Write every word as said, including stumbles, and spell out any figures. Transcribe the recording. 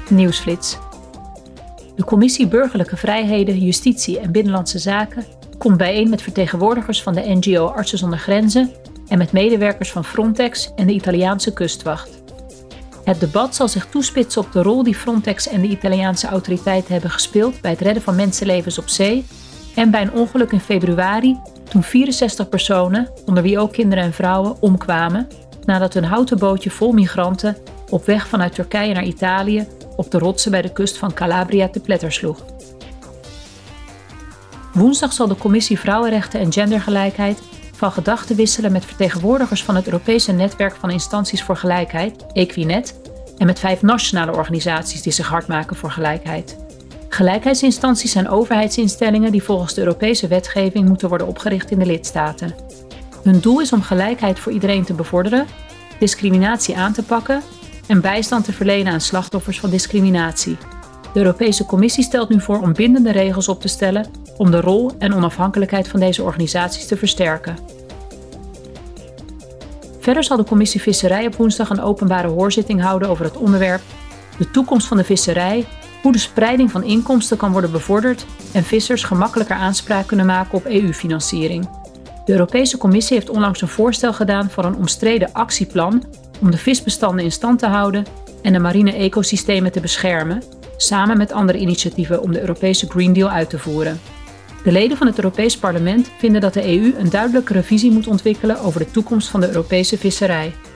Nieuwsflits. De Commissie Burgerlijke Vrijheden, Justitie en Binnenlandse Zaken komt bijeen met vertegenwoordigers van de N G O Artsen zonder Grenzen en met medewerkers van Frontex en de Italiaanse kustwacht. Het debat zal zich toespitsen op de rol die Frontex en de Italiaanse autoriteiten hebben gespeeld bij het redden van mensenlevens op zee en bij een ongeluk in februari toen vierenzestig personen, onder wie ook kinderen en vrouwen, omkwamen nadat hun houten bootje vol migranten op weg vanuit Turkije naar Italië op de rotsen bij de kust van Calabria te pletter sloeg. Woensdag zal de Commissie Vrouwenrechten en Gendergelijkheid van gedachten wisselen met vertegenwoordigers van het Europese Netwerk van Instanties voor Gelijkheid, Equinet, en met vijf nationale organisaties die zich hard maken voor gelijkheid. Gelijkheidsinstanties zijn overheidsinstellingen die volgens de Europese wetgeving moeten worden opgericht in de lidstaten. Hun doel is om gelijkheid voor iedereen te bevorderen, discriminatie aan te pakken en bijstand te verlenen aan slachtoffers van discriminatie. De Europese Commissie stelt nu voor om bindende regels op te stellen om de rol en onafhankelijkheid van deze organisaties te versterken. Verder zal de Commissie Visserij op woensdag een openbare hoorzitting houden over het onderwerp de toekomst van de visserij, hoe de spreiding van inkomsten kan worden bevorderd en vissers gemakkelijker aanspraak kunnen maken op E U-financiering. De Europese Commissie heeft onlangs een voorstel gedaan voor een omstreden actieplan om de visbestanden in stand te houden en de mariene ecosystemen te beschermen, samen met andere initiatieven om de Europese Green Deal uit te voeren. De leden van het Europees Parlement vinden dat de E U een duidelijkere visie moet ontwikkelen over de toekomst van de Europese visserij.